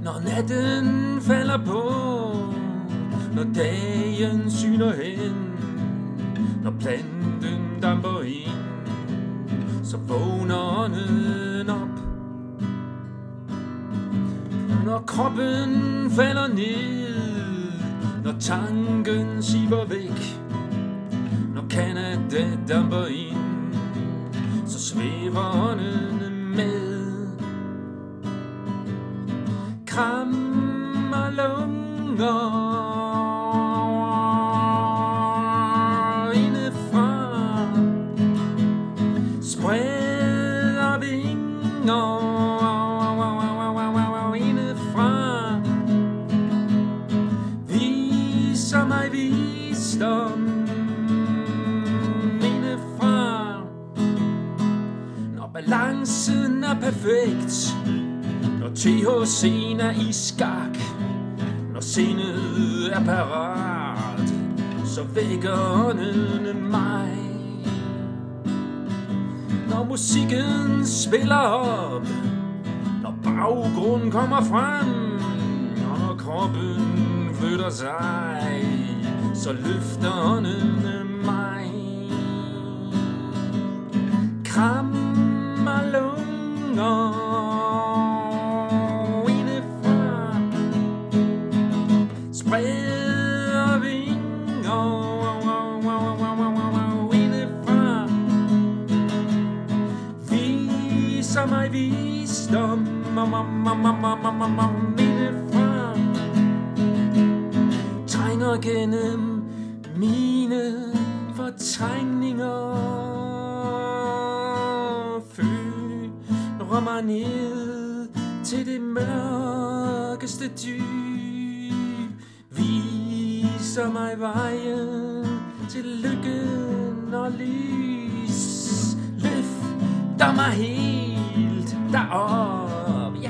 Når natten falder på, når dagen syner hen, når planten damper ind, så vågner ånden op. Når kroppen falder ned, når tanken siver væk, når Canada damper ind, så svæver ånden med. Kram og lunger indefra, spreder vinger indefra, viser mig visdom indefra. Når balancen er perfekt, når THC'en er i skak, når sindet er parat, så vækker ånden mig. Når musikken spiller op, når baggrunden kommer frem, og når kroppen flytter sig, så løfter ånden mig. Kram og lunger spreder vinger indefra, viser mig visdom indefra, trænger gennem mine fortrængninger, fører mig ned til det mørkeste dyb, viser mig vejen til lykken og lys, løfter mig helt derop, ja,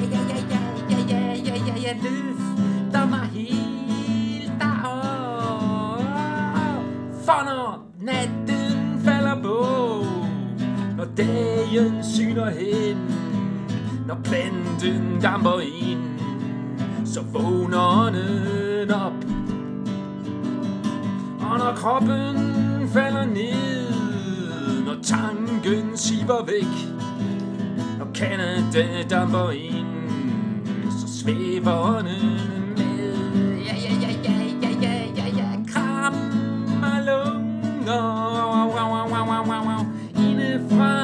løfter mig helt derop. For når natten falder på, når dagen syner hen, når planten damper ind, så vågner ånden op. Og når kroppen falder ned, når tanken siver væk, når Canada damper ind, så svæver ånden med. Ja, kram og lunger indefra,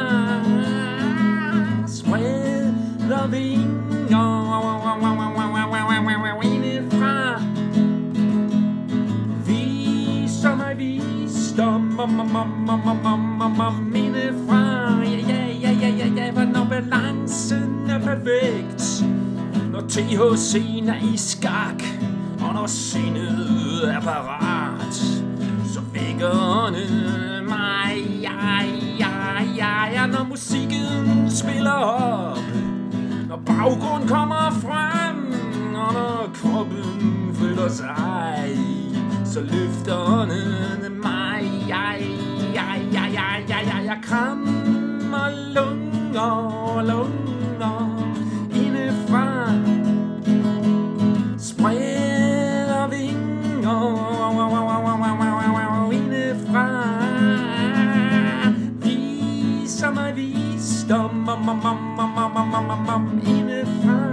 spreder vinger indefra, viser mig visdom indefra, ja, for når balancen er perfekt, når THC'en er i skak, og når sindet er parat, så vækker ånden mig, ja, når musikken spiller op, når baggrunden kommer frem, og når kroppen flytter sig, så løfter ånden mig, ja, kram og lunger indefra, spreder vinger indefra, viser mig visdom indefra.